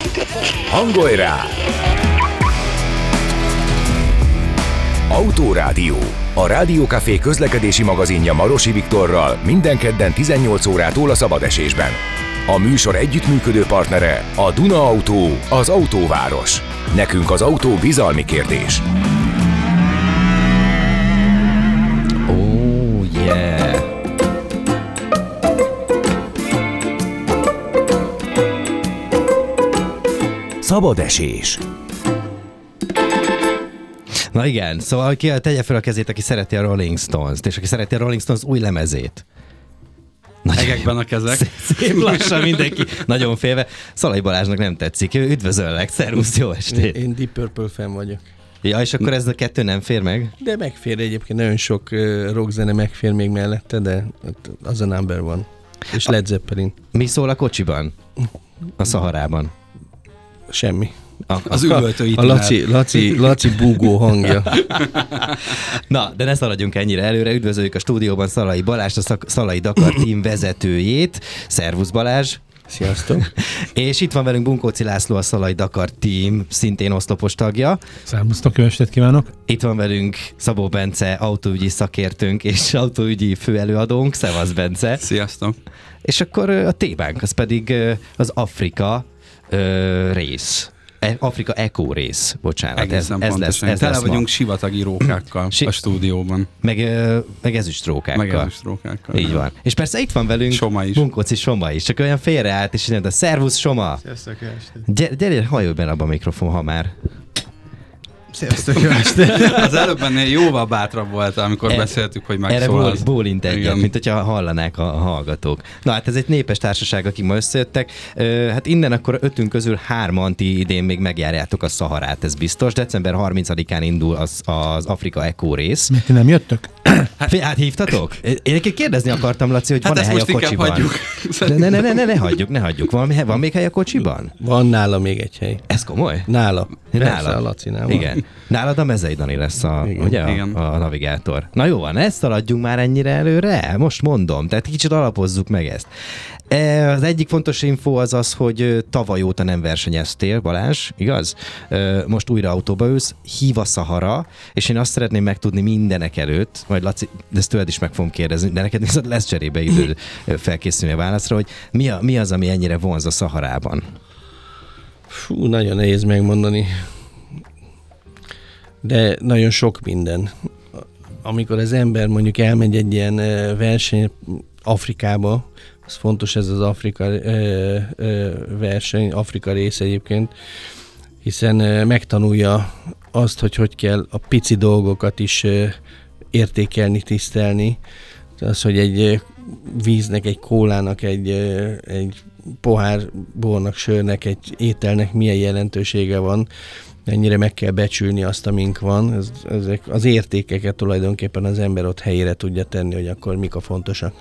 Hangolj rá! Autórádió, a Rádiókafé közlekedési magazinja Marosi Viktorral minden kedden 18 órától a szabadesésben. A műsor együttműködő partnere a Duna Autó, az autóváros. Nekünk az autó bizalmi kérdés. Oh yeah! Szabadesés. Na igen, szóval ki tegye fel a kezét, aki szereti a Rolling Stones-t, és aki szereti a Rolling Stones új lemezét. Egekben a kezek. Szép lassan mindenki, nagyon félve. Szalai Balázsnak nem tetszik. Üdvözöllek, szervusz, jó estét. Én Deep Purple fan vagyok. Ja, és akkor ez a kettő nem fér meg? De megfér egyébként, nagyon sok rockzene megfér még mellette, de az a number one. És Led Zeppelin. Mi szól a kocsiban? A Szaharában? Semmi. Az üvöltő A Laci búgó hangja. Na, de ne szaladjunk ennyire előre. Üdvözöljük a stúdióban Szalai Balást, a Szalai Dakar team vezetőjét. Szervusz Balázs! Sziasztok! És itt van velünk Bunkóci László, a Szalai Dakar team, szintén oszlopos tagja. Szervusztok, jó estét kívánok! Itt van velünk Szabó Bence, autóügyi szakértőnk és autóügyi főelőadónk. Szevasz Bence! Sziasztok! És akkor a témánk, az pedig az Afrika rész. Afrika Eco rész, bocsánat. Egészen ez pontosan. lesz Tele vagyunk ma. sivatagi rókákkal a stúdióban. Meg ezüstrókákkal. Így van. És persze itt van velünk Soma is. Bunkóci Soma is. Csak olyan félreállt, és mondta, szervusz Soma! Sziasztok, jó estét! Gyere, hajolj benne abba a mikrofon, ha már. Sziasztok, jó estét! Az előbb ennél jóval bátrabb volt, amikor beszéltük, hogy megszólal. Erre bólint egyet, mint hogyha hallanák a hallgatók. Na hát ez egy népes társaság, akik ma összejöttek. Hát innen akkor 5 közül 3 ti idén még megjárjátok a Szaharát, ez biztos. December 30-án indul az Afrika Eco rész. Mert ti nem jöttök? Hát hívtatok? Én kérdezni akartam, Laci, hogy van-e hely a kocsiban? Hagyjuk. Ne hagyjuk. Van még hely a kocsiban? Van nála még egy hely. Ez komoly? Nála. Persze, a Lacinál van. Igen. Nálad a Mezei Dani lesz Igen. A navigátor. Na jó van, ezt szaladjunk már ennyire előre? Most mondom, tehát kicsit alapozzuk meg ezt. Az egyik fontos info az, hogy tavaly óta nem versenyeztél, Balázs, igaz? Most újra autóba ülsz, hív a Szahara, és én azt szeretném megtudni mindenek előtt, majd Laci, de ezt tőled is meg fogom kérdezni, de neked viszont lesz cserébe idő felkészülni a válaszra, hogy mi az, ami ennyire vonz a Szaharában? Fú, nagyon nehéz megmondani. De nagyon sok minden. Amikor az ember mondjuk elmegy egy ilyen verseny Afrikába, az fontos ez az Afrika verseny, Afrika rész egyébként, hiszen megtanulja azt, hogy kell a pici dolgokat is értékelni, tisztelni. Az, hogy egy víznek, egy kólának, egy pohár bornak, sörnek, egy ételnek milyen jelentősége van, ennyire meg kell becsülni azt, amink van. Ezek az értékeket tulajdonképpen az ember ott helyére tudja tenni, hogy akkor mik a fontosak.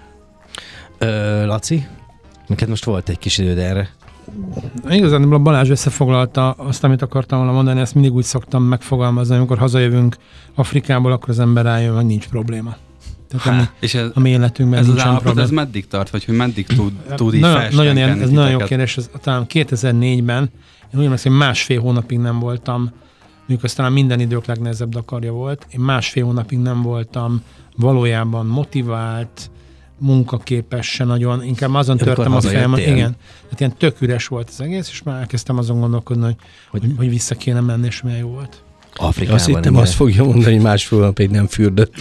Laci? Neked most volt egy kis időd erre. Igazán a Balázs összefoglalta azt, amit akartam volna mondani, ezt mindig úgy szoktam megfogalmazni, amikor hazajövünk Afrikából, akkor az ember rájön, hogy nincs probléma. Tehát és a mi életünkben ez az nincsen állapot, probléma. ez meddig tart, vagy hogy meddig tud így felstenkelni? Ez nagyon jó kérdés, talán 2004-ben, én úgy emlékszem, hogy 1,5 hónapig nem voltam, mondjuk aztán minden idők legnehezebb Dakarja volt, én 1,5 hónapig nem voltam valójában motivált, munkaképes se nagyon, inkább azon törtem a fejem, igen, tehát ilyen tök üres volt az egész, és már elkezdtem azon gondolkodni, hogy vissza kéne menni, és milyen jó volt. Afrikában. Azt hittem, azt fogja mondani, hogy 1,5 hónapig nem fürdött.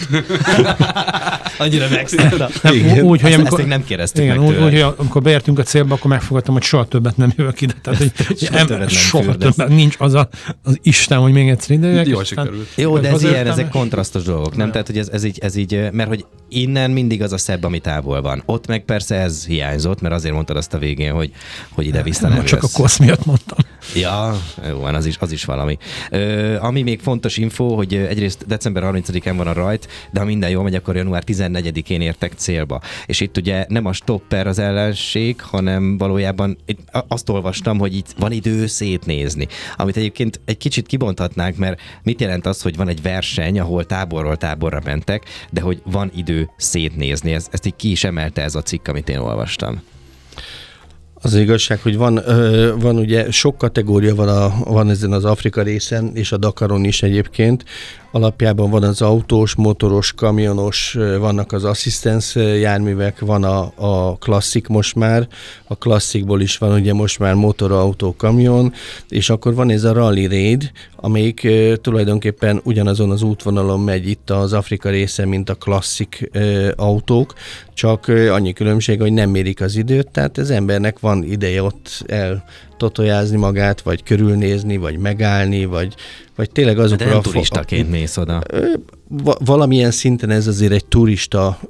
Annyira megszállta. Úgy, hogy ezt még nem kérdeztük meg tőle. Úgy, hogy amikor beértünk a célba, akkor megfogadtam, hogy soha többet nem jövök ide. Tehát, hogy soha többet nincs az Isten, hogy még egyszer ide jövök. Jól sikerült. Jó, de ezek kontrasztos dolgok, nem? Tehát, hogy ez így, mert hogy innen mindig az a szebb, ami távol van. Ott meg persze ez hiányzott, mert azért mondtad azt a végén, hogy ide vissza nem csak a kosz miatt mondtam. Ja, jó van, az is valami. Ami még fontos info, hogy egyrészt december 30-án van a rajt, de ha minden jól megy, akkor január 14-én értek célba. És itt ugye nem a stopper az ellenség, hanem valójában azt olvastam, hogy itt van idő szétnézni. Amit egyébként egy kicsit kibonthatnánk, mert mit jelent az, hogy van egy verseny, ahol táborról táborra mentek, de hogy van idő szétnézni. Ezt így ki is emelte ez a cikk, amit én olvastam. Az igazság, hogy van ugye sok kategória van ezen az Afrika részen, és a Dakaron is egyébként. Alapjában van az autós, motoros, kamionos, vannak az asszisztens járművek, van a klasszik most már, a klasszikból is van ugye most már motor, autó, kamion, és akkor van ez a Rally Raid, amelyik tulajdonképpen ugyanazon az útvonalon megy itt az Afrika részen, mint a klasszik autók, csak annyi különbség, hogy nem mérik az időt, tehát az embernek van ideje ott eltotojázni magát, vagy körülnézni, vagy megállni, vagy tényleg azokra... De nem turistaként mész oda. Valamilyen szinten ez azért egy turista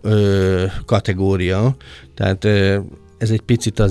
kategória, tehát ez egy picit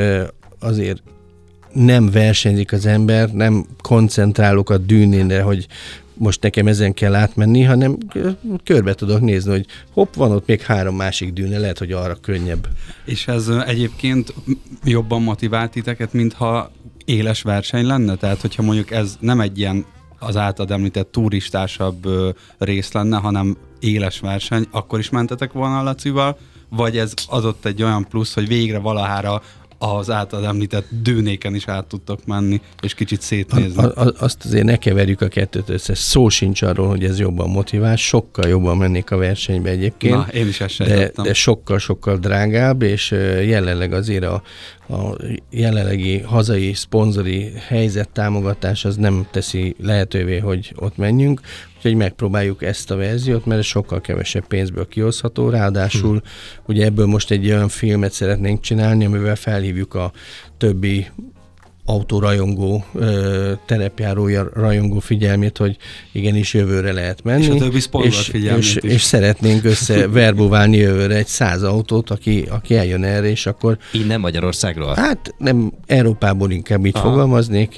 azért nem versenyzik az ember, nem koncentrálok a dűnénre, hogy most nekem ezen kell átmenni, hanem körbe tudok nézni, hogy hopp, van ott még 3 másik dűne, lehet, hogy arra könnyebb. És ez egyébként jobban motivált titeket, mintha éles verseny lenne? Tehát, hogyha mondjuk ez nem egy ilyen az általad említett turistásabb rész lenne, hanem éles verseny, akkor is mentetek volna a Lacival, vagy ez adott egy olyan plusz, hogy végre valahára az általad említett dűnéken is át tudtok menni, és kicsit szétnézni. Azt azért ne keverjük a kettőt össze. Szó sincs arról, hogy ez jobban motivál, sokkal jobban mennék a versenybe egyébként. Na, én is ezt sejtettem. De sokkal drágább, és jelenleg azért a jelenlegi hazai szponzori helyzet támogatás az nem teszi lehetővé, hogy ott menjünk, úgyhogy megpróbáljuk ezt a verziót, mert ez sokkal kevesebb pénzből kihozható, ráadásul ugye ebből most egy olyan filmet szeretnénk csinálni, amivel felhívjuk a többi autórajongó, terepjáró rajongó figyelmét, hogy igenis jövőre lehet menni. És a többi szponzor figyelmét is. És szeretnénk összeverboválni jövőre egy 100 autót, aki eljön erre, és akkor... Innen Magyarországról? Hát nem, Európából inkább így fogalmaznék,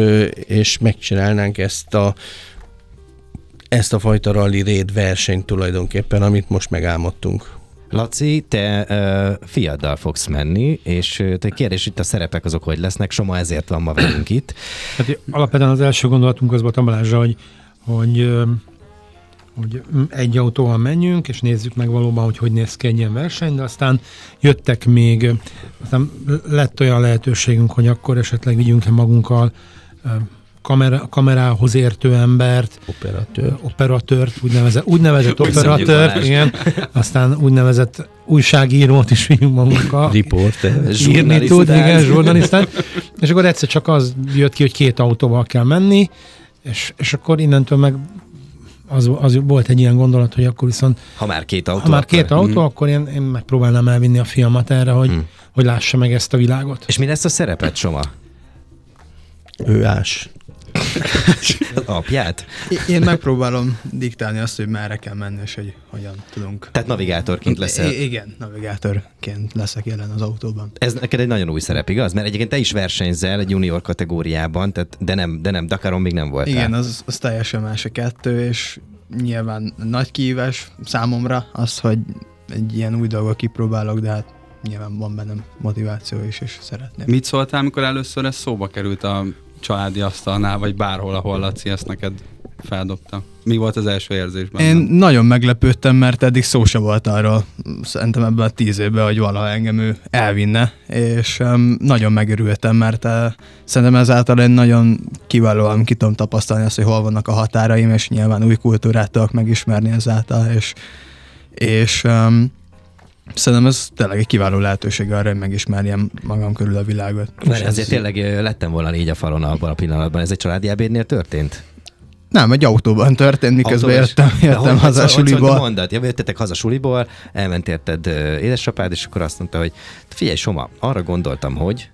és megcsinálnánk ezt a fajta Rally Raid versenyt tulajdonképpen, amit most megálmodtunk. Laci, te fiaddal fogsz menni, és te kérdés, itt a szerepek azok hogy lesznek, Soma ezért van ma velünk itt. Hát alapvetően az első gondolatunk az volt a Balázsra, hogy egy autóval menjünk, és nézzük meg valóban, hogy néz ki egy ilyen verseny, de aztán jöttek még, aztán lett olyan lehetőségünk, hogy akkor esetleg vigyünk-e magunkkal kamerához értő embert, operatőrt, úgynevezett operatőrt, igen, aztán úgynevezett újságírót is vigyünk magunkkal. Riporter. Írni tud, igen, zsurnalisztát. És akkor egyszer csak az jött ki, hogy 2 autóval kell menni, és akkor innentől meg az volt egy ilyen gondolat, hogy akkor viszont... Ha már 2 autó, akkor én megpróbálnám elvinni a fiamat erre, hogy lássa meg ezt a világot. És mi lesz a szerepet, Soma? Ő Ás. Az apját? Én megpróbálom diktálni azt, hogy merre kell menni, és hogy hogyan tudunk. Tehát navigátorként leszel? Igen, navigátorként leszek jelen az autóban. Ez neked egy nagyon új szerep, igaz? Mert egyébként te is versenyzel egy junior kategóriában, tehát de nem, Dakaron még nem voltál. Igen, az teljesen más a 2, és nyilván nagy kihívás számomra az, hogy egy ilyen új dolgot kipróbálok, de hát nyilván van bennem motiváció is, és szeretném. Mit szóltál, amikor először ez szóba került a családi asztalnál, vagy bárhol, ahol Laci ezt neked feldobta? Mi volt az első érzésben? Én nagyon meglepődtem, mert eddig szó se volt arról, szerintem ebben a 10 évben, hogy valaha engem ő elvinne, és nagyon megörültem, mert szerintem ezáltal én nagyon kiválóan ki tudom tapasztalni azt, hogy hol vannak a határaim, és nyilván új kultúrát tudok megismerni ezáltal, és szerintem ez tényleg egy kiváló lehetőség arra, hogy megismerjem magam körül a világot. Mert ezért tényleg lettem volna 4 a falon abban a pillanatban. Ez egy családi ebédnél történt? Nem, egy autóban történt, miközben jöttem haza a suliból. Mondat, jöttetek haza suliból, elment érted édesapád, és akkor azt mondta, hogy figyelj Soma, arra gondoltam, hogy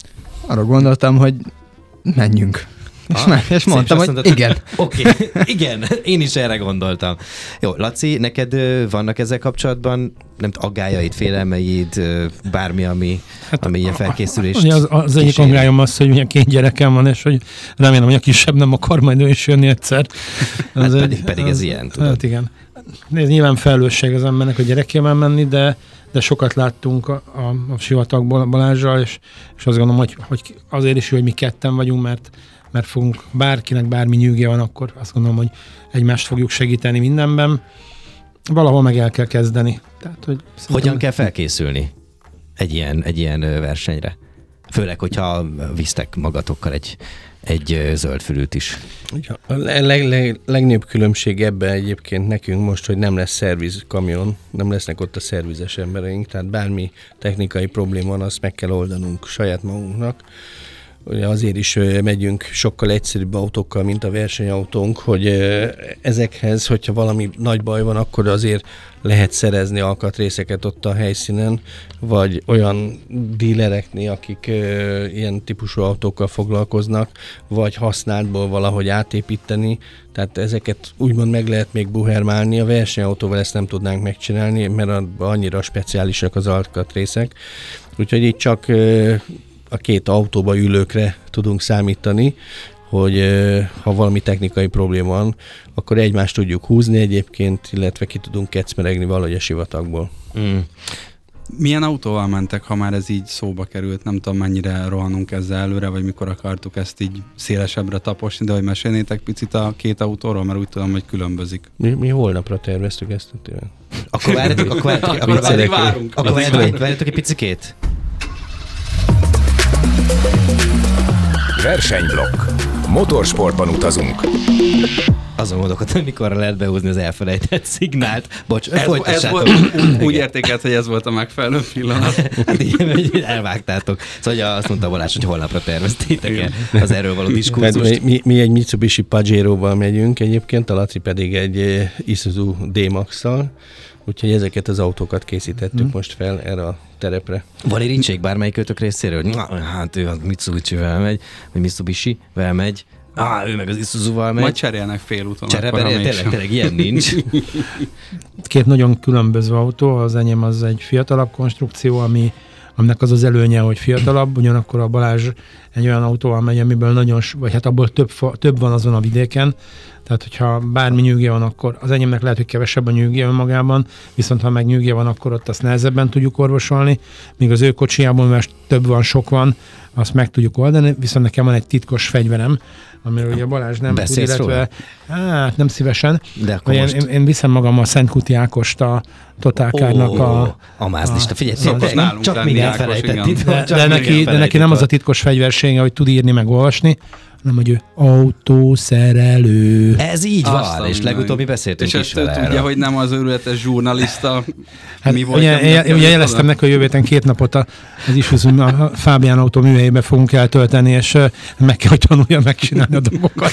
menjünk. És mondtam, hogy igen. Oké, igen, én is erre gondoltam. Jó, Laci, neked vannak ezzel kapcsolatban nem aggályaid, félelmeid, bármi, ami ilyen felkészülést az egyik aggályom az, hogy ugye 2 gyerekem van, és hogy remélem, hogy a kisebb nem akar majd ő is jönni egyszer. Pedig ez ilyen, tudod. Hát igen. Ez nyilván felelősség az embernek a gyerekével menni, de sokat láttunk a sivatagból Balázsral, és azt gondolom, hogy azért is jó, hogy mi 2 vagyunk, mert fogunk, bárkinek bármi nyűgje van, akkor azt gondolom, hogy egymást fogjuk segíteni mindenben. Valahol meg el kell kezdeni. Tehát, hogy hogyan kell felkészülni egy ilyen versenyre? Főleg, hogyha visztek magatokkal egy zöldfülűt is. A legnagyobb különbség ebben egyébként nekünk most, hogy nem lesz szervizkamion, nem lesznek ott a szervizes embereink, tehát bármi technikai probléma van, azt meg kell oldanunk saját magunknak. Ugye azért is megyünk sokkal egyszerűbb autókkal, mint a versenyautónk, hogy ezekhez, hogyha valami nagy baj van, akkor azért lehet szerezni alkatrészeket ott a helyszínen, vagy olyan dílereknél, akik ilyen típusú autókkal foglalkoznak, vagy használtból valahogy átépíteni. Tehát ezeket úgymond meg lehet még buhermálni. A versenyautóval ezt nem tudnánk megcsinálni, mert annyira speciálisak az alkatrészek. Úgyhogy itt csak a két autóba ülőkre tudunk számítani, hogy ha valami technikai probléma van, akkor egymást tudjuk húzni egyébként, illetve ki tudunk kecmeregni valahogy a sivatagból. Milyen autóval mentek, ha már ez így szóba került? Nem tudom, mennyire rohanunk ezzel előre, vagy mikor akartuk ezt így szélesebbre taposni, de hogy mesélnétek picit a két autóról, mert úgy tudom, hogy különbözik. Mi holnapra terveztük ezt a tévát. Akkor várjátok egy picikét. Versenyblokk. Motorsportban utazunk. Azon gondolkodtam, hogy mikorra lehet behúzni az elfelejtett szignált. Bocs, ez folytassátok. volt, úgy értékelt, hogy ez volt a megfelelő pillanat. Hát így elvágtátok. Szóval azt mondta Balázs, hogy holnapra terveztétek az erről való diskurzust. Mi egy Mitsubishi Pajero-val megyünk egyébként, a Laci pedig egy Isuzu D-Max-szal. Úgyhogy ezeket az autókat készítettük most fel erre a terepre. Van érintség bármelyikőtök részéről, hogy hát ő a Mitsubishi-vel megy, vagy Mitsubishi-vel megy, ő meg az Isuzu-val megy. Majd cserélnek félúton. Tényleg ilyen nincs. Két nagyon különböző autó, az enyém az egy fiatalabb konstrukció, aminek az az előnye, hogy fiatalabb, ugyanakkor a Balázs egy olyan autóval megy, amiből nagyon, vagy hát abból több van azon a vidéken, tehát hogyha bármi nyűgje van, akkor az enyémnek lehet, hogy kevesebb a nyűgje önmagában, viszont ha meg nyűgje van, akkor ott azt nehezebben tudjuk orvosolni, míg az ő kocsijából, mert több van, sok van, azt meg tudjuk oldani, viszont nekem van egy titkos fegyverem, amiről ugye Balázs nem tud, illetve hát nem szívesen. De akkor én viszem magam a Szentkuti Ákost a Totálkárnak a mázlista. Figyelj, csak még elfelejtett. De neki nem az a titkos fegyversége, hogy tud írni, meg olvasni, hanem hogy ő autószerelő. Ez így van, és legutóbb mi beszéltünk is vele. És ezt tudja, hogy nem az őrületes zsurnalista. Hát mi volt? Ugye jeleztem neki, hogy jövő héten 2 napot az Isuzu a Fábián autó műhelyébe fogunk eltölteni, és meg kell, hogy tanulja megcsinálni a dolgokat.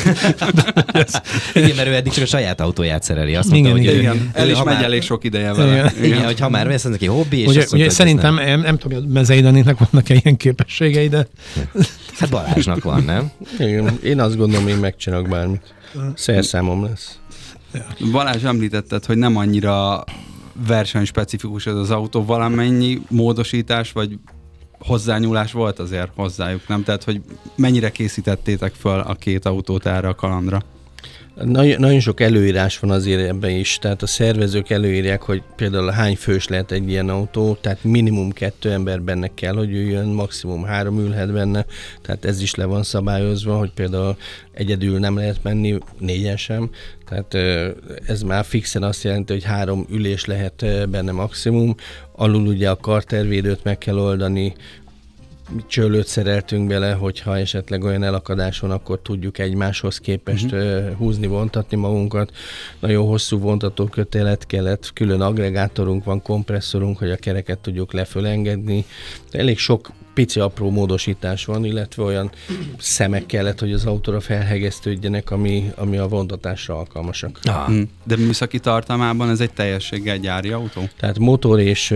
Igen, mert ő eddig csak a saját autóját szereli. Azt mondta, hogy igen. El is megy elég sok ideje vele. Igen, hogy ha már vesz, neki hobbi, és azt mondta, szerintem, nem tudom, hogy Mezei Daniknak vannak-e ilyen képességei, de... Hát Balázsnak van, nem? Igen, én azt gondolom, én megcsinálok bármit. Szerszámom lesz. Balázs, említetted, hogy nem annyira versenyspecifikus ez az autó, valamennyi módosítás, vagy hozzányúlás volt azért hozzájuk, nem? Tehát, hogy mennyire készítettétek fel a két autót erre a kalandra? Nagyon sok előírás van azért ebben is, tehát a szervezők előírják, hogy például hány fős lehet egy ilyen autó, tehát minimum 2 ember benne kell, hogy üljön, maximum 3 ülhet benne, tehát ez is le van szabályozva, hogy például egyedül nem lehet menni, 4-en sem, tehát ez már fixen azt jelenti, hogy 3 ülés lehet benne maximum, alul ugye a kartervédőt meg kell oldani, csőlőt szereltünk bele, hogyha esetleg olyan elakadás van, akkor tudjuk egymáshoz képest húzni, vontatni magunkat. Nagyon hosszú vontatókötelet kellett, külön agregátorunk van, kompresszorunk, hogy a kereket tudjuk lefölengedni. Elég sok pici apró módosítás van, illetve olyan szemek kellett, hogy az autóra felhegesztődjenek, ami a vontatásra alkalmasak. De műszaki tartalmában ez egy teljességgel gyári autó? Tehát motor és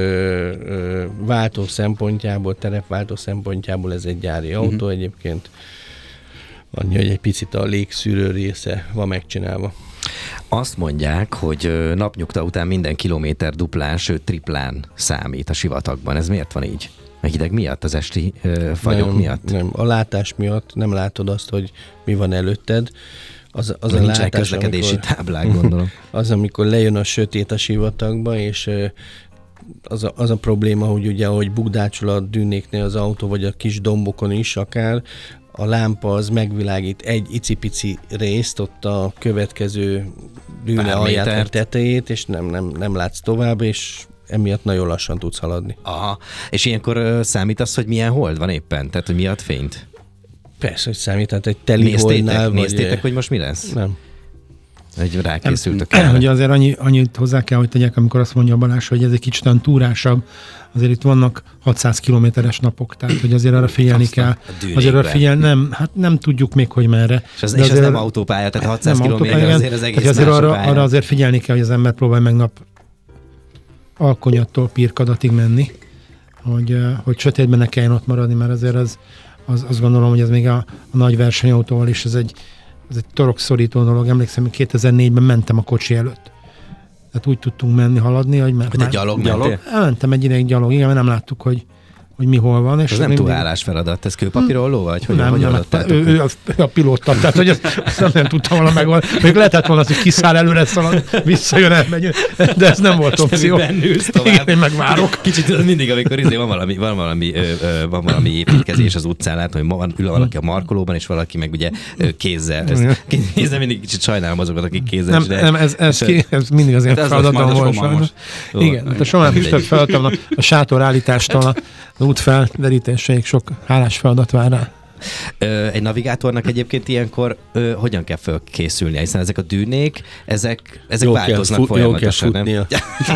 váltó szempontjából, terepváltó szempontjából ez egy gyári autó egyébként. Annyi, hogy egy picit a légszűrő része van megcsinálva. Azt mondják, hogy napnyugta után minden kilométer duplán, sőt triplán számít a sivatagban. Ez miért van így? A hideg miatt, az esti fagyok miatt? Nem, a látás miatt nem látod azt, hogy mi van előtted. Az a nincsenek közlekedési táblák, gondolom. Az, amikor lejön a sötét a sivatagba, és az a probléma, hogy ugye, ahogy bugdácsol a dűnéknél az autó, vagy a kis dombokon is akár, a lámpa az megvilágít egy icipici részt, ott a következő dűne alját, a tetejét, és nem látsz tovább, és emiatt nagyon lassan tudsz haladni. Aha. És ilyenkor számítasz, hogy milyen hold van éppen? Tehát, hogy mi ad fényt? Persze, hogy számít, tehát egy teli holdnál... Néztétek, hogy most mi lesz? Nem. Hogy rákészültök el. Hogy azért annyit hozzá kell, hogy tegyek, amikor azt mondja Balázs, hogy ez egy kicsit olyan túrásabb, azért itt vannak 600 kilométeres napok, tehát hogy azért arra figyelni kell. Azért arra figyelni, nem tudjuk még, hogy merre. És az nem autópálya, tehát 600 kilométer azért az egész azért arra azért figyelni kell, hogy az ember próbál meg nap Alkonyattól Pirkadatig menni, hogy sötétben ne kelljen ott maradni, mert azért azt gondolom, hogy ez még a nagy versenyautóval is, ez egy torokszorító dolog. Emlékszem, hogy 2004-ben mentem a kocsi előtt. Tehát úgy tudtunk menni, haladni, hogy Hogy te gyalog? Elmentem egy ideig gyalog, igen, mert nem láttuk, hogy mi hol van. És ez nem túlállás feladat, ez kőpapírolló vagy? Hogy ő a pilóta, tehát hogy ezt nem tudtam volna megoldani. Még lehetett volna, hogy kiszáll előre, szalad, visszajön, elmegy, de ez nem volt opció. Igen, én megvárok. Kicsit mindig, amikor van valami építkezés az utcán, látom, hogy ül valaki a markolóban, és valaki meg ugye kézzel. Kézzel mindig kicsit sajnálom azokat, akik kézzel. Nem, ez mindig az én feladatom volt. Igen, a Somán Püspök feladatom a sátorállítástól az útfelderítéséig sok hálás feladat vár rá. Egy navigátornak egyébként ilyenkor hogyan kell fölkészülnie? Hiszen ezek a dűnék, ezek változnak folyamatosan, nem?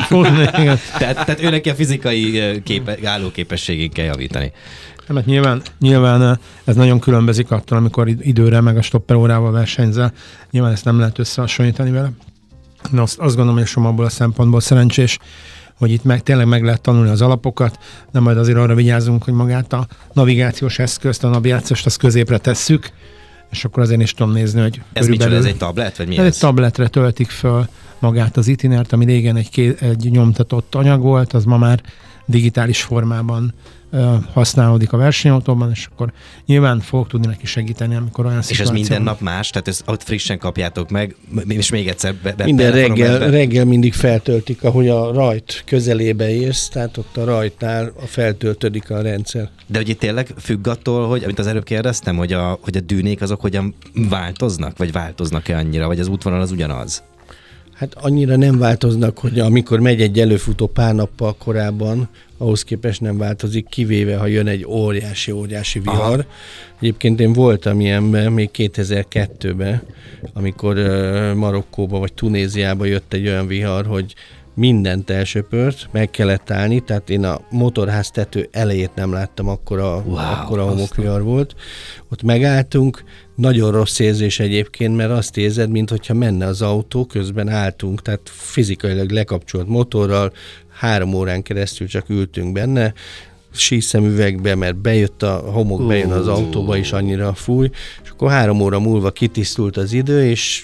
Tehát őnek a fizikai állóképességén kell javítani. Mert nyilván ez nagyon különbözik attól, amikor időre meg a stopperórával versenyzel. Nyilván ezt nem lehet összehasonlítani vele. Azt gondolom, hogy som abból a szempontból szerencsés, hogy itt tényleg meg lehet tanulni az alapokat, de majd azért arra vigyázzunk, hogy magát a navigációs eszközt, a navigációst azt középre tesszük, és akkor azért is tudom nézni, hogy ez micsoda, ez egy tablet, vagy mi ez? Egy tabletre töltik föl magát az itinert, ami régen egy nyomtatott anyag volt, az ma már digitális formában használódik a versenyautóban, és akkor nyilván fogok tudni neki segíteni, amikor olyan szituáció. És ez minden nap más? Tehát ezt ott frissen kapjátok meg, és még egyszer minden reggel mindig feltöltik, ahogy a rajt közelébe érsz, tehát ott a rajtnál feltöltődik a rendszer. De hogy itt tényleg függ attól, hogy, amit az előbb kérdeztem, hogy a dűnék azok hogyan változnak, vagy változnak-e annyira, vagy az útvonal az ugyanaz? Hát annyira nem változnak, hogy amikor megy egy előfutó pár nappal korábban, ahhoz képest nem változik, kivéve, ha jön egy óriási vihar. Aha. Egyébként én voltam ilyenben még 2002-ben, amikor Marokkóba vagy Tunéziába jött egy olyan vihar, hogy mindent elsöpört, meg kellett állni, tehát én a motorház tető elejét nem láttam, akkora homokvihar volt. Ott megálltunk, nagyon rossz érzés egyébként, mert azt érzed, mintha menne az autó, közben álltunk, tehát fizikailag lekapcsolt motorral, 3 órán keresztül csak ültünk benne, síszemüvegbe, mert bejött a homok, bejön az autóba is, annyira fúj, és akkor 3 óra múlva kitisztult az idő, és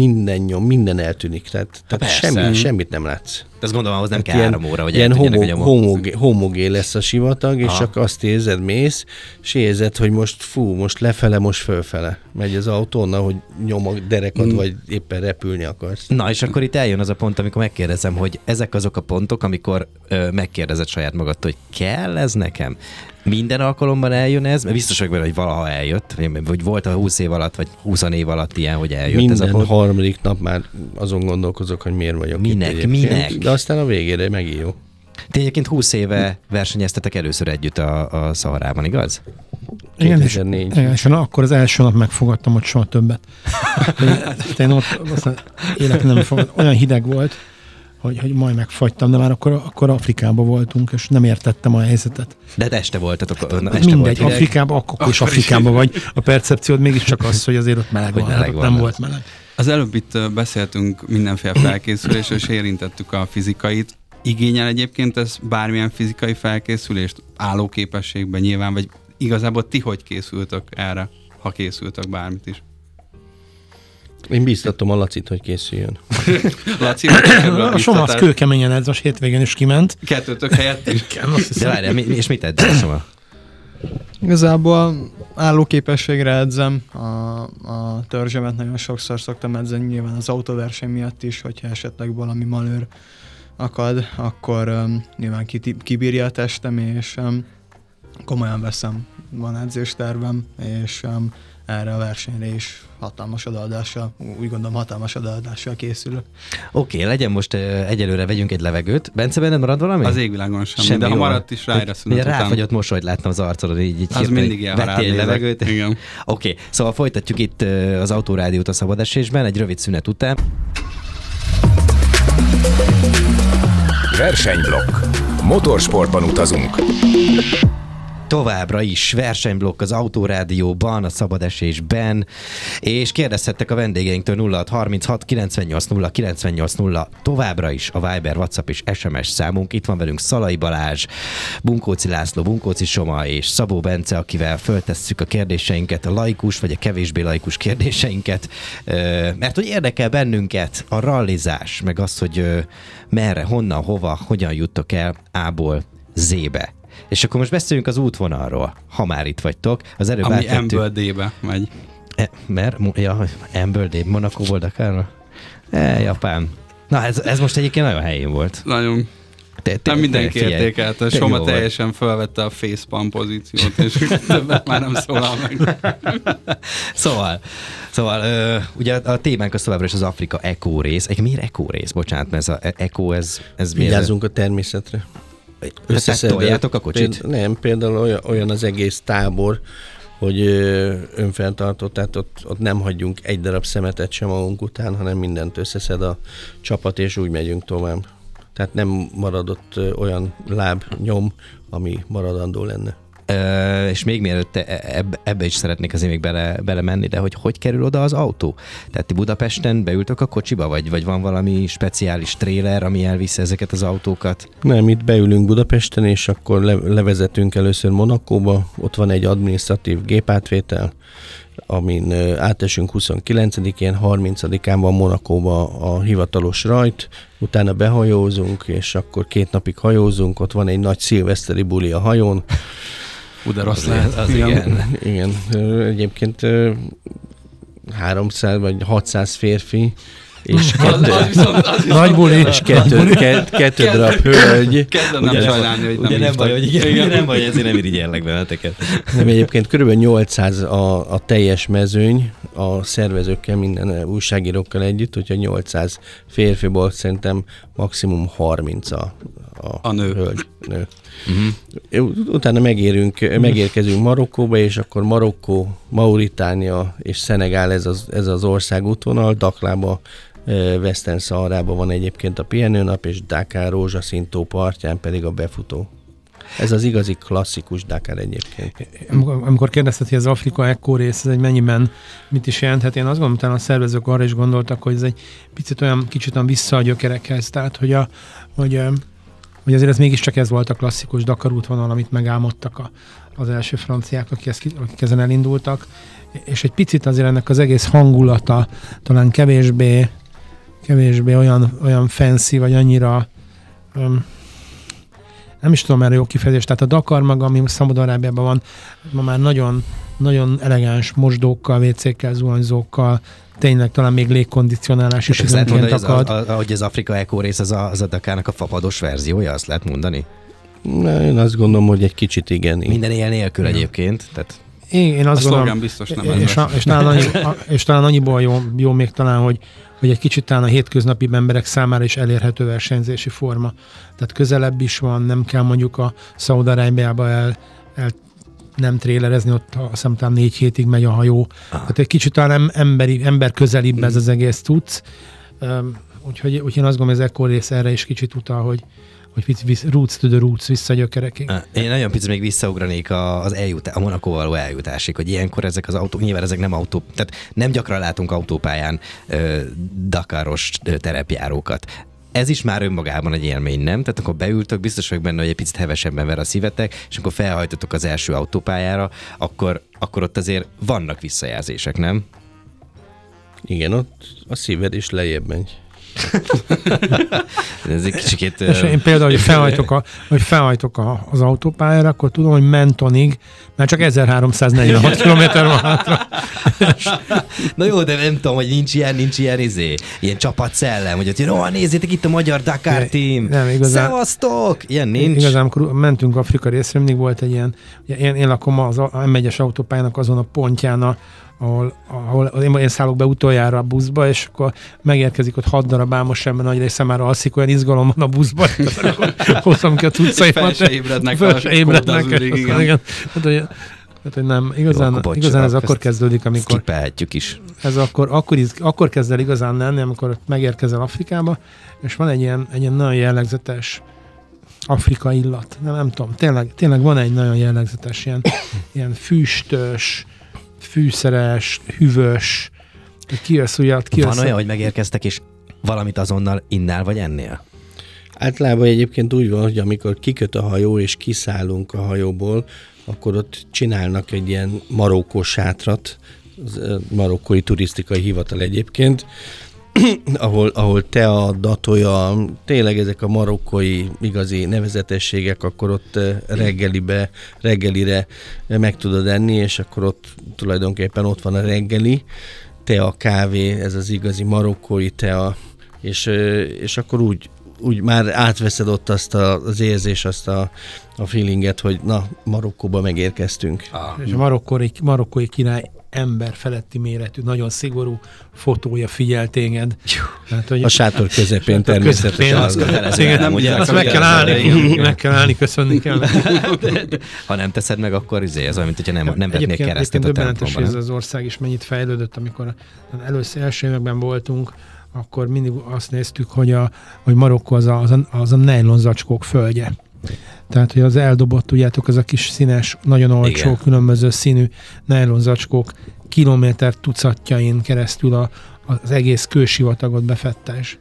minden eltűnik, tehát semmit nem látsz. De azt gondolom, ahhoz nem kell 3 óra, hogy ilyen homogén lesz a sivatag, és csak azt érzed, mész, és érzed, hogy most lefele, most fölfele megy az autó, onnan, hogy nyom a derekad, vagy éppen repülni akarsz. Na, és akkor itt eljön az a pont, amikor megkérdezem, hogy ezek azok a pontok, amikor megkérdezed saját magadtól, hogy kell ez nekem? Minden alkalommal eljön ez? Mert biztos vagyok benne, hogy valaha eljött, vagy volt a 20 év alatt, vagy 20 év alatt ilyen, hogy eljött minden ez a pont. Minden harmadik nap már azon gondolkozok, hogy miért vagyok Minek? De aztán a végére megint jó. Ti egyébként 20 éve versenyeztetek először együtt a Szaharában, igaz? Igen, és akkor az első nap megfogadtam, hogy soha többet. Én ott életem nem fogad. Olyan hideg volt, hogy majd megfagytam, de már akkor Afrikában voltunk, és nem értettem a helyzetet. De este voltatok. Mindegy, Afrikában, akkor is Afrikában vagy. A percepciód mégiscsak az, hogy azért ott meleg van. Nem volt meleg. Az előbb itt beszéltünk mindenféle felkészülésről, és érintettük a fizikait. Igényel egyébként ez bármilyen fizikai felkészülést állóképességben nyilván, vagy igazából ti hogy készültök erre, ha készültök bármit is? Én bíztatom a Lacit, hogy készüljön. Laci, a Soma az kőkeményen edz, most hétvégén is kiment. Kettőtök helyett is. De várjál, és mit edzett a Soma? Igazából állóképességre edzem, a törzsemet nagyon sokszor szoktam edzeni, nyilván az autóverseny miatt is, hogyha esetleg valami manőr akad, akkor nyilván kibírja a testem, és komolyan veszem, van edzéstervem, és erre a versenyre is hatalmas odaadással, úgy gondolom hatalmas odaadással készülök. Oké, legyen most egyelőre vegyünk egy levegőt. Bence, benned marad valami? Az égvilágon sem, de ha maradt is rájra szünet után. Ráfagyott mosolyt láttam az arcodon, így az mindig ilyen, ha vettél egy levegőt. Igen. Oké, szóval folytatjuk itt az Autórádiót a szabadesésben, egy rövid szünet után. Versenyblokk. Motorsportban utazunk. Továbbra is versenyblokk az Autórádióban, a szabadesésben, és kérdezhettek a vendégeinktől 0636 980 980 továbbra is a Viber, WhatsApp és SMS számunk. Itt van velünk Szalai Balázs, Bunkóci László, Bunkóci Soma és Szabó Bence, akivel föltesszük a kérdéseinket, a laikus vagy a kevésbé laikus kérdéseinket, mert hogy érdekel bennünket a rallizás, meg az, hogy merre, honnan, hova, hogyan juttok el A-ból Z-be. És akkor most beszéljünk az útvonalról, ha már itt vagytok. Az előbb ami M-ből D-be megy. M-ből D, Monacóból Dakarra? Japán. Na, ez most egyébként nagyon helyén volt. Nagyon. Nem mindenki értékelte. Soma teljesen felvette a facepalm pozíciót, és többet már nem szólal meg. Szóval ugye a témánk az továbbra is az Afrika Eco Race. Miért Eco Race? Bocsánat, mert ez a Eco, ez vigyázzunk a természetre. Toljátok a kocsit? Nem, például olyan az egész tábor, hogy önfenntartó, tehát ott nem hagyjunk egy darab szemetet sem magunk után, hanem mindent összeszed a csapat, és úgy megyünk tovább. Tehát nem maradott olyan lábnyom, ami maradandó lenne. És még mielőtt ebbe is szeretnék azért még belemenni, de hogy kerül oda az autó? Tehát ti Budapesten beültök a kocsiba, vagy van valami speciális tréler, ami elviszi ezeket az autókat? Nem, itt beülünk Budapesten, és akkor levezetünk először Monacóba, ott van egy adminisztratív gépátvétel, amin átesünk 29-én, 30-án van Monacóba a hivatalos rajt, utána behajózunk, és akkor 2 napig hajózunk, ott van egy nagy szilveszteri buli a hajón. De rossz lehet. Az igen. Egyébként 300 vagy 600 férfi, és nagy buli, és kettő darab hölgy. Kezdem nem sajnálni, hogy ugye nem baj, hogy igen, nem baj, ezért nem irigyellek benneteket. Nem, egyébként körülbelül 800 a teljes mezőny, a szervezőkkel, minden újságírókkal együtt, hogyha 800 férfiból szerintem maximum 30 a nő. Hölgy. Nő. Uh-huh. Utána megérkezünk Marokkóba, és akkor Marokkó, Mauritánia és Szenegál ez az ország útvonal, Daklába, Western Szaharában van egyébként a pihenőnap, és Dakar rózsaszín tó partján pedig a befutó. Ez az igazi klasszikus Dakar egyébként. Amikor kérdezted, hogy az Afrika Eco Race, ez egy mennyiben mit is jelenthet, én azt gondolom, hogy a szervezők arra is gondoltak, hogy ez egy kicsit olyan vissza a gyökerekhez, tehát hogy azért ez mégiscsak ez volt a klasszikus Dakar útvonal, amit megálmodtak az első franciák, akik ezen elindultak, és egy picit azért ennek az egész hangulata talán kevésbé olyan fancy, vagy annyira nem is tudom erre jó kifejezést, tehát a Dakar maga, ami Szaúd-Arábiában van, ma már nagyon, nagyon elegáns mosdókkal, WC-kkel, zuhanyzókkal, tényleg talán még légkondicionálás is időnként akad. Hogy az Afrika Eco Race az a Dakarnak a fapados verziója, azt lehet mondani? Én azt gondolom, hogy egy kicsit igen. Minden él nélkül egyébként. Tehát... Én azt gondolom, biztos nem és talán annyiból jó még talán, hogy egy kicsit talán a hétköznapi emberek számára is elérhető versenyzési forma. Tehát közelebb is van, nem kell mondjuk a Szaúd-Arábiába el nem trélerezni, ott azt hiszem talán 4 hétig megy a hajó. Tehát egy kicsit talán ember közelibb ez az egész cucc. Úgyhogy én azt gondolom, hogy ez Eco Race erre is kicsit utal, hogy roots to the roots, vissza a gyökerekig. Én nagyon picit még visszaugranék a Monacóval való eljutásig, hogy ilyenkor ezek az autók, nyilván ezek nem autó, tehát nem gyakran látunk autópályán Dakaros terepjárókat. Ez is már önmagában egy élmény, nem? Tehát akkor beültök, biztos vagyok benne, hogy egy picit hevesebben ver a szívetek, és akkor felhajtotok az első autópályára, akkor ott azért vannak visszajelzések, nem? Igen, ott a szíved is lejjebb megy. Ez egy kicsikét... És én például, hogy felhajtok az autópályára, akkor tudom, hogy Mentonig, mert csak 1346 km van hátra. Na jó, de nem tudom, hogy nincs ilyen csapatszellem, hogy ott nézzétek itt a magyar Dakar team. Nem, igazán. Szevasztok! Ilyen nincs. Igazán, amikor mentünk Afrika részre, mindig volt egy ilyen, én lakom az M1-es autópályának azon a pontján, ahol én szállok be utoljára a buszba, és akkor megérkezik ott 6 darab álmos ember, nagy része már alszik, olyan izgalom van a buszban, akkor hozom ki a cuccaimat. Fel se ébrednek. Igen. Hát, hogy nem, igazán ez akkor kezdődik, amikor... Skippelhetjük is. Ez akkor kezd el igazán lenni, amikor megérkezel Afrikába, és van egy ilyen nagyon jellegzetes Afrika illat. Nem tudom, tényleg van egy nagyon jellegzetes ilyen füstös, fűszeres, hűvös, Van olyan, hogy megérkeztek, és valamit azonnal innál vagy ennél? Általában egyébként úgy van, hogy amikor kiköt a hajó, és kiszállunk a hajóból, akkor ott csinálnak egy ilyen marokkós sátrat, marokkói turisztikai hivatal egyébként, ahol tea, datoja, tényleg ezek a marokkói igazi nevezetességek, akkor ott reggelire meg tudod enni, és akkor ott tulajdonképpen ott van a reggeli, tea, kávé, ez az igazi marokkói tea, és akkor úgy már átveszed ott azt az érzés, azt a feelinget, hogy na, Marokkóba megérkeztünk. És a marokkói király ember feletti méretű, nagyon szigorú fotója figyel téged. Hát, hogy a sátor közepén természetesen. Azt meg kell állni, köszönni kell. Ha nem teszed meg, akkor ez olyan, mint hogyha nem vetnék keresztet a templomban. Ez az ország is mennyit fejlődött, amikor először első években voltunk, akkor mindig azt néztük, hogy Marokkó az a nejlon zacskók földje. Tehát, hogy az eldobott, tudjátok, az a kis színes, nagyon olcsó, igen, különböző színű nejlon zacskók kilométer tucatjain keresztül az egész kősivatagot befette. És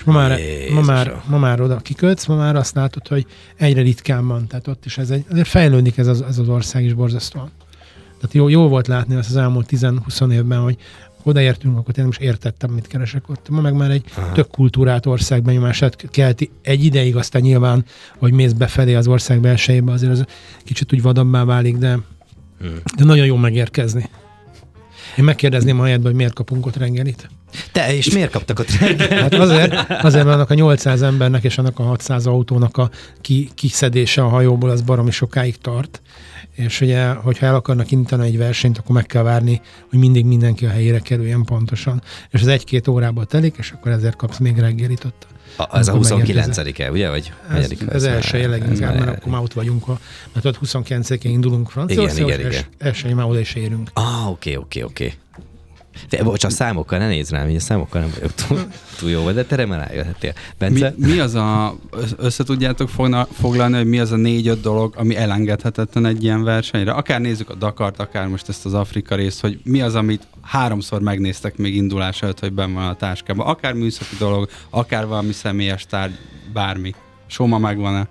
ma már oda kikötsz, ma már azt látod, hogy egyre ritkábban, tehát ott is azért fejlődik ez az ország is borzasztóan. Tehát jó volt látni azt az elmúlt 10-20 évben, hogy odaértünk, akkor tényleg most értettem, mit keresek ott. Ma meg már egy tök kultúrát országbenyomását kelti egy ideig, aztán nyilván, hogy mész befelé az ország belsejébe, azért az kicsit úgy vadabbá válik, de nagyon jó megérkezni. Én megkérdezném a helyetben, hogy miért kapunk ott reggelit. És miért kaptak ott reggelit? Hát azért, mert annak a 800 embernek és annak a 600 autónak a kiszedése a hajóból, az baromi sokáig tart. És ugye, hogyha el akarnak indítani egy versenyt, akkor meg kell várni, hogy mindig mindenki a helyére kerüljen pontosan. És az 1-2 órába telik, és akkor ezért kapsz még reggelit ott. Ez a 29-e, ugye? Vagy ez első leginkább, mert akkor már ott vagyunk, mert ott 29-én indulunk Franciaországba, és elsőjén már oda is érünk. Oké. Bocs, a számokkal ne nézz rám, így a számokkal nem vagyok túl jó, de te remélem eljöhettél. Bence? Mi az össze tudjátok foglalni, hogy mi az a 4-5 dolog, ami elengedhetetlen egy ilyen versenyre? Akár nézzük a Dakart, akár most ezt az Afrika részt, hogy mi az, amit 3-szor megnéztek még indulás előtt, hogy benn van a táskában. Akár műszaki dolog, akár valami személyes tárgy, bármi. Soma megvan-e?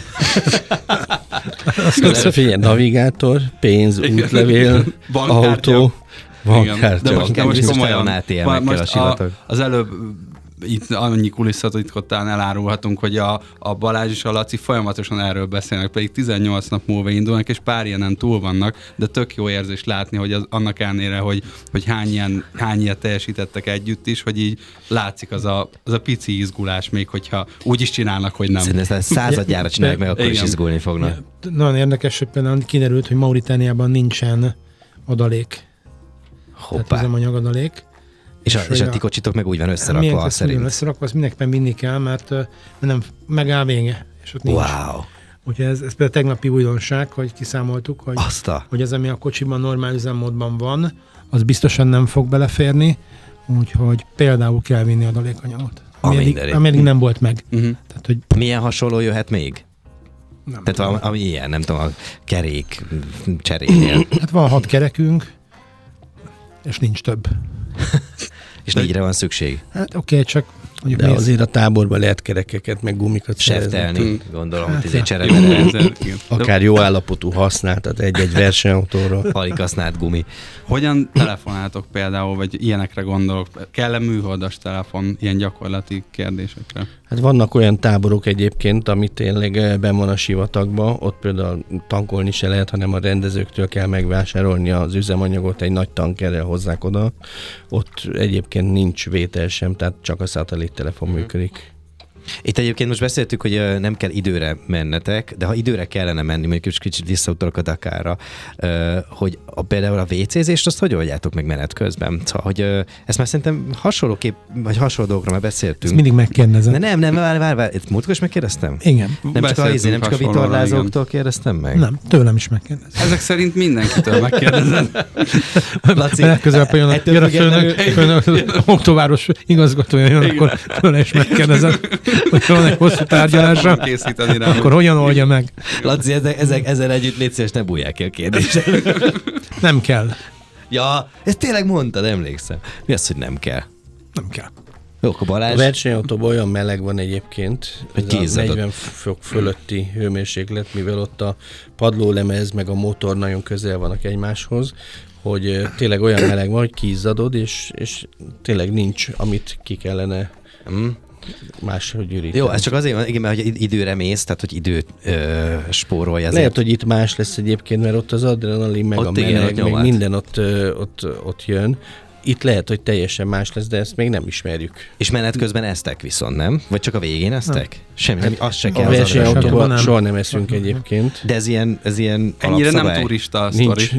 Figyelj, navigátor, pénz, útlevél, autó. Igen, de most komolyan, az előbb itt annyi kulisszatitkotán elárulhatunk, hogy a Balázs és a Laci folyamatosan erről beszélnek, pedig 18 nap múlva indulnak, és pár ilyenen túl vannak, de tök jó érzés látni, hogy annak ellenére, hogy hány ilyet teljesítettek együtt is, hogy így látszik az a pici izgulás, még hogyha úgy is csinálnak, hogy nem. Szerintem 100-adjára csinálják meg, akkor is izgulni fognak. Ja, nagyon érdekes, hogy például kiderült, hogy Mauritániában nincsen adalék. Hoppá. Tehát üzemanyag-adalék. És a ti kocsitok meg úgy van összerakva szerint? Összerakva, azt mindenképpen vinni kell, mert nem megáll vége, és ott nincs. Wow. Úgyhogy ez például tegnapi újdonság, hogy kiszámoltuk, hogy ez, ami a kocsiban normál üzemmódban van, az biztosan nem fog beleférni, úgyhogy például kell vinni adalékanyagot. Ameddig nem volt meg. Tehát, hogy milyen hasonló jöhet még? Nem tehát ami ilyen, nem tudom, a kerék cserénél. Hát van 6 kerekünk, és nincs több. És 4-re van szükség. Hát oké, csak de azért a táborban lehet kerekeket, meg gumikat seftelni, gondolom, hogy ezért cserélni. Akár jó állapotú használtat egy versenyautóra. Alig használt gumi. Hogyan telefonáltok például, vagy ilyenekre gondolok? Kell-e műholdas telefon ilyen gyakorlati kérdésekre? Hát vannak olyan táborok egyébként, ami tényleg benn van a sivatagban, ott például tankolni se lehet, hanem a rendezőktől kell megvásárolni az üzemanyagot, egy nagy tankerrel hozzák oda. Ott egyébként nincs vétel sem, tehát csak a szatellittelefon működik. Itt egyébként most beszéltük, hogy nem kell időre mennetek, de ha időre kellene menni, mondjuk kicsit visszautalok a Dakarra, hogy például a WC-zést azt hogy oldjátok meg menet közben? Szóval, hogy ezt már szerintem hasonló dolgokra már beszéltünk. Ezt mindig megkérdezem. Nem, várj. Itt múltkor is megkérdeztem? Igen. Nem csak a vitorlázóktól kérdeztem meg? Nem, tőlem is megkérdezem. Ezek szerint mindenkitől megkérdezed. Laci, Legközelebb jön a főnök, Októváros igazgatója jön, akkor tőle is megkérdezem, hogy van egy hosszú tárgyalásra, akkor hogyan oldja meg? Laci, ezzel együtt légy szíves, ne bújják ki a kérdéssel. Nem kell. Ja, ezt tényleg mondtad, emlékszem. Mi az, hogy nem kell? Nem kell. Jó, akkor Balázs. A versenyautóban olyan meleg van egyébként, hogy ez a 40 fok fölötti hőmérséklet, mivel ott a padlólemez meg a motor nagyon közel vannak egymáshoz, hogy tényleg olyan meleg van, hogy kiizzadod, és tényleg nincs, amit ki kellene máshogy üríteni. Jó, ez csak azért van, igen, mert hogy időre mész, tehát hogy időt spórolj. Azért. Lehet, hogy itt más lesz egyébként, mert ott az adrenalin, meg ott a meleg, meg minden ott jön. Itt lehet, hogy teljesen más lesz, de ezt még nem ismerjük. És menet közben esztek viszont, nem? Vagy csak a végén esztek? Nem. Semmi, nem, az se kell. A versenyautóban soha nem eszünk egyébként. De ez ilyen ennyire nem turista a sztori.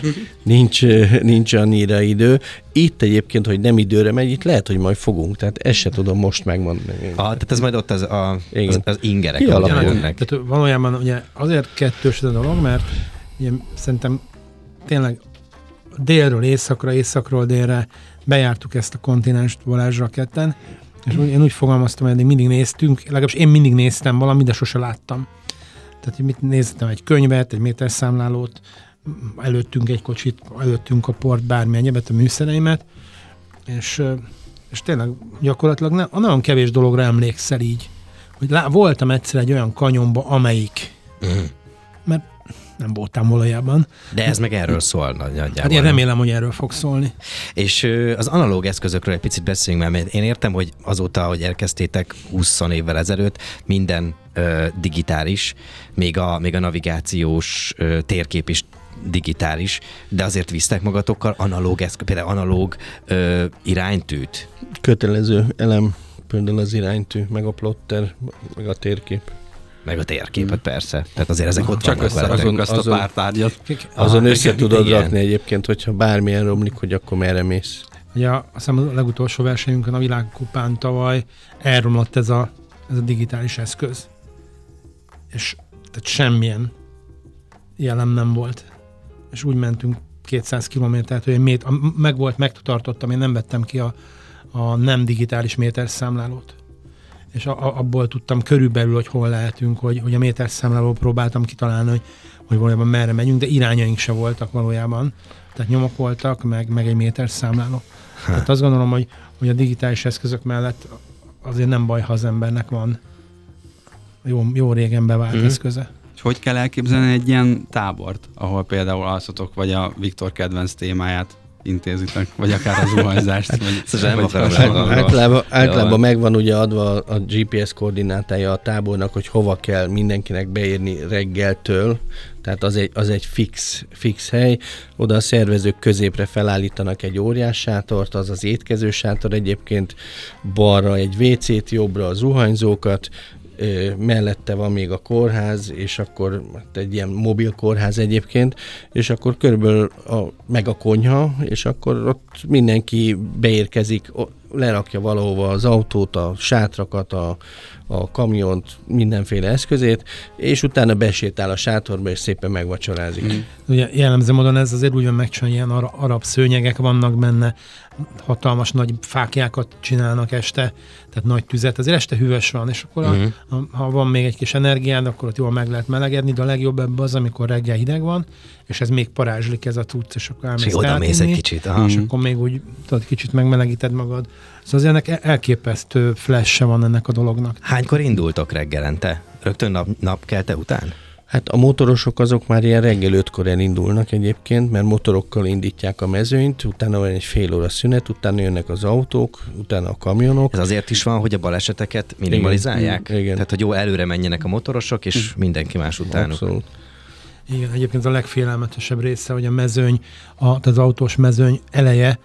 Nincs annyira idő. Itt egyébként, hogy nem időre megy, itt lehet, hogy majd fogunk, tehát ezt se tudom most megmondani. Tehát ez majd ott az ingerek. Tehát valójában ugye azért kettős ez a dolog, mert ugye, szerintem tényleg délről északra, északról délre bejártuk ezt a kontinenst Balázsra ketten, és én úgy fogalmaztam, hogy mindig néztünk, legalábbis én mindig néztem valamit, de sose láttam. Tehát mit néztem, egy könyvet, egy méterszámlálót, előttünk egy kocsit, előttünk a port, bármi egyebet, a műszereimet, és tényleg gyakorlatilag nagyon kevés dologra emlékszel így. Hogy voltam egyszer egy olyan kanyonba, amelyik, mert nem voltam valójában. De ez meg erről szól nagyjából. Hát én remélem, hogy erről fog szólni. És az analóg eszközökről egy picit beszéljünk, mert én értem, hogy azóta, hogy elkezdtétek 20 évvel ezelőtt, minden digitális, még a navigációs térkép is digitális, de azért visztek magatokkal analóg eszköz, például analóg iránytűt. Kötelező elem, például az iránytű, meg a plotter, meg a térkép. Meg a térképet persze. Tehát azért ezek ott csak vannak összerakunk azt a pár tárgyat. Azon össze tudod rakni egyébként, hogyha bármilyen romlik, hogy akkor merre mész. Ugye azt hiszem a legutolsó versenyünkön a világkupán tavaly elromlott ez a digitális eszköz. És tehát semmilyen jelen nem volt. És úgy mentünk 200 kilométert, hogy megtartottam, én nem vettem ki a nem digitális méterszámlálót. És abból tudtam körülbelül, hogy hol lehetünk, hogy a méterszámlálóból próbáltam kitalálni, hogy valójában merre megyünk, de irányaink se voltak valójában. Tehát nyomok voltak, meg egy méterszámláló. Tehát azt gondolom, hogy a digitális eszközök mellett azért nem baj, ha az embernek van jó régen bevált eszköze. És hogy kell elképzelni egy ilyen tábort, ahol például alszotok, vagy a Viktor kedvenc témáját intézitek, vagy akár az zuhanyzást. Általában megvan ugye adva a GPS koordinátája a tábornak, hogy hova kell mindenkinek beírni reggeltől, tehát az egy fix hely. Oda a szervezők középre felállítanak egy óriás sátort, az az étkező sátor egyébként, balra egy WC-t, jobbra a zuhanyzókat, mellette van még a kórház, és akkor egy ilyen mobil kórház egyébként, és akkor körülbelül meg a konyha, és akkor ott mindenki beérkezik, lerakja valahova az autót, a sátrakat, a kamiont, mindenféle eszközét, és utána besétál a sátorba, és szépen megvacsorázik. Ugye jellemző módon ez azért úgy van megcsinálni, ilyen arab szőnyegek vannak benne, hatalmas nagy fáklyákat csinálnak este, tehát nagy tüzet, azért este hűvös van, és akkor ha van még egy kis energiád, akkor ott jól meg lehet melegedni, de a legjobb ebben az, amikor reggel hideg van, és ez még parázslik ez a cucc, és akkor elmész odamész egy kicsit. És akkor még úgy kicsit megmelegíted magad. Szóval azért ennek elképesztő flash-e van ennek a dolognak. Hánykor indultok reggelente? Rögtön napkelte után? Hát a motorosok azok már ilyen reggel 5-kor elindulnak egyébként, mert motorokkal indítják a mezőnyt, utána van egy fél óra szünet, utána jönnek az autók, utána a kamionok. Ez azért is van, hogy a baleseteket minimalizálják? Igen. Tehát, hogy jó előre menjenek a motorosok, és mindenki más utánuk. Abszolút. Igen, egyébként a legfélelmetesebb része, hogy a mezőny, tehát az autós mezőny eleje,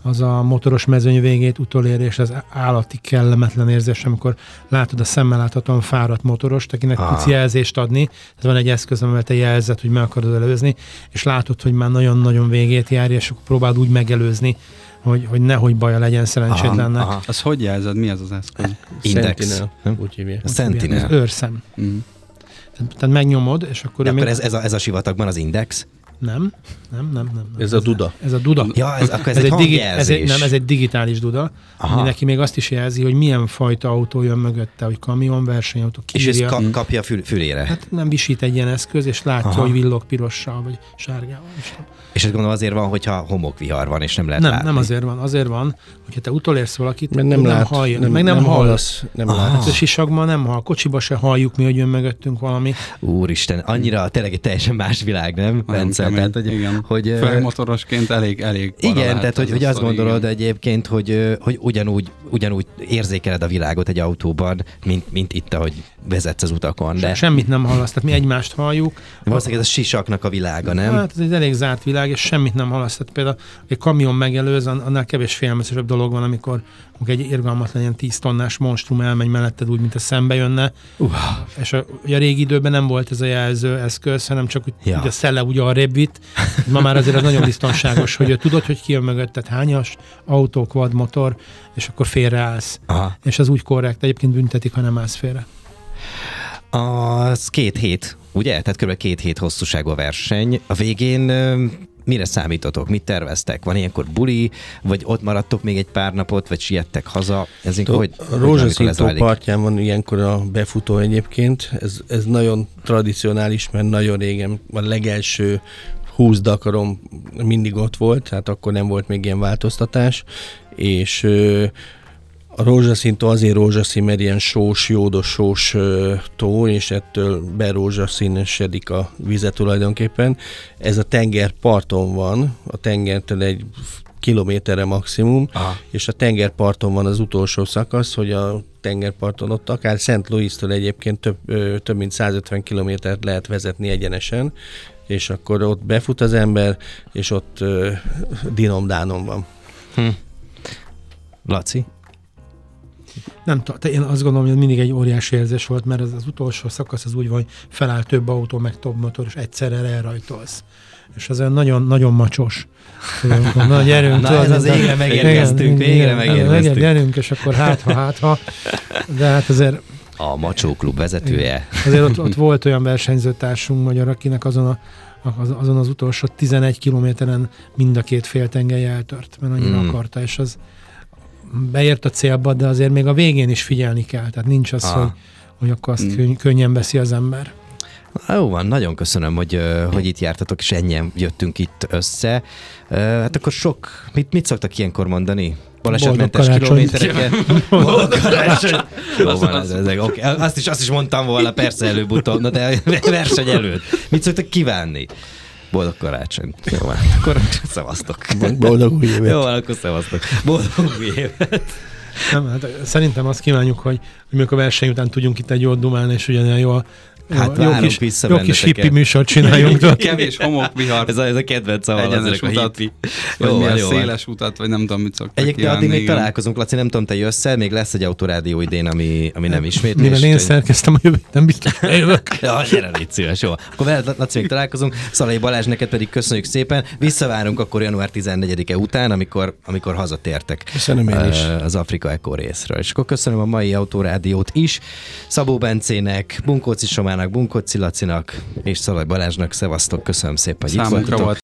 az a motoros mezőny végét utolér, és az állati kellemetlen érzés, amikor látod a szemmel láthatóan fáradt motorost, akinek tudsz jelzést adni, ez van egy eszköz, amivel te jelzed, hogy meg akarod előzni, és látod, hogy már nagyon-nagyon végét járja, és akkor próbáld úgy megelőzni, hogy nehogy baja legyen szerencsétlennek. Az hogy jelzed? Mi az az eszköz? Index. Sentinel, úgy hívják. Sentinel. Ez őrszem. Tehát megnyomod, és akkor... De akkor ez a sivatagban az Index? Nem. Ez a duda. Ez a duda. Ja, ez egy hangjelzés. Nem, ez egy digitális duda, ami neki még azt is jelzi, hogy milyen fajta autó jön mögötte, hogy kamion, versenyautó, és ezt kapja fülére. Hát nem visít egy ilyen eszköz, és látja, hogy villog pirossal, vagy sárgával. És ezt gondolom azért van, hogyha homokvihar van, és nem lehet látni. Nem azért van, hogyha te utolérsz valakit, mert nem lát, hallja, nem hallasz. Nem látsz. A sisakban nem hall, kocsiba se halljuk mi, hogy jön mögöttünk valami. Úristen, annyira tényleg egy teljesen más világ, nem? Bence, tehát, hogy főleg motorosként elég igen, tehát hogy azt gondolod egyébként, hogy ugyanúgy érzékeled a világot egy autóban, mint itt, ahogy vezetsz az utakon. De semmit nem hallasz, tehát mi egymást halljuk. Valószínűleg ez a sisaknak a világa, nem? Hát ez egy elég zárt világ, és semmit nem hallasz. Tehát például egy kamion megelőz, annál kevés félelmetesebb dolog van, amikor egy irgalmatlan ilyen 10 tonnás monstrum elmegy melletted úgy, mint a szembe jönne. És a régi időben nem volt ez a jelző eszköz, hanem csak úgy a szelle úgy arrébb vitt. Ma már azért az nagyon biztonságos, hogy tudod, hogy ki jön mögötted, hányas autó, quad motor, és akkor félreállsz. És az úgy korrekt, egyébként büntetik, ha nem állsz félre. Az 2 hét, ugye? Tehát kb. 2 hét hosszúságú a verseny. A végén mire számítotok? Mit terveztek? Van ilyenkor buli? Vagy ott maradtok még egy pár napot? Vagy siettek haza? A Rózsaszintó partján van ilyenkor a befutó egyébként. Ez nagyon tradicionális, mert nagyon régen a legelső 20 Dakarom mindig ott volt, tehát akkor nem volt még ilyen változtatás, és a rózsaszintó azért rózsaszín, mert ilyen sós, jódos sós tó, és ettől berózsaszínesedik a vize tulajdonképpen. Ez a tengerparton van, a tengertől egy kilométerre maximum, és a tengerparton van az utolsó szakasz, hogy a tengerparton ott akár Szent Louis-től egyébként több mint 150 kilométert lehet vezetni egyenesen, és akkor ott befut az ember, és ott dinom-dánom van. Laci? Nem tudom, én azt gondolom, hogy mindig egy óriási érzés volt, mert az utolsó szakasz az úgy van, hogy feláll több autó, meg több motor, és egyszerre elrajtolsz. És az olyan nagyon, nagyon macsos. Na, gyerünk. Na, ez az égre megérkeztünk, végre megérkeztünk. Gyerünk, és akkor hátha. De hát azért... A Macsó Klub vezetője. Azért ott volt olyan versenyzőtársunk magyar, akinek azon az utolsó 11 kilométeren mind a két féltengely eltört, mert annyira akarta, és az beért a célba, de azért még a végén is figyelni kell. Tehát nincs az, hogy akkor azt könnyen veszi az ember. Jó van, nagyon köszönöm, hogy itt jártatok, és ennyien jöttünk itt össze. Hát akkor mit szoktak ilyenkor mondani? Balesetmentes kilométereken. Jó van, okay. Azt is mondtam volna, persze előbb-utóbb, de verseny előtt. Mit szoktak kívánni? Boldog karácsony. Jó van, akkor szevasztok. Boldog új évet. Jó van, akkor szevasztok. Boldog új évet. Nem, hát szerintem azt kívánjuk, hogy mikor a verseny után tudjunk itt egy jót dumálni, és ugyanilyen jól jó kis hippi műsort csináljunk. Kevés homokvihar. Ez a kedvenc szaval, egyenes utat, vagy milyen széles utat, vagy nem tudom, mit szoktak kívánni. Egyébként addig még találkozunk, Laci, nem tudom, te jössz el, még lesz egy Autorádió idén, ami nem ismétlés. Mivel én szerkeztem a jövőt, nem biztos, hogy jövök. Ja, gyere, légy szíves, jó. Akkor veled, Laci, még találkozunk. Szalai Balázs, neked pedig köszönjük szépen. Visszavárunk akkor január 14-e után, amikor hazatértek. Köszönöm én is. Az Afrika Eco részről. És akkor köszönöm a mai Autorádiót is. Szabó Bencének, Bunkóci Somának, Bunkóci Lacinak és Szalai Balázsnak. Szevasztok, köszönöm szépen, hogy itt voltatok.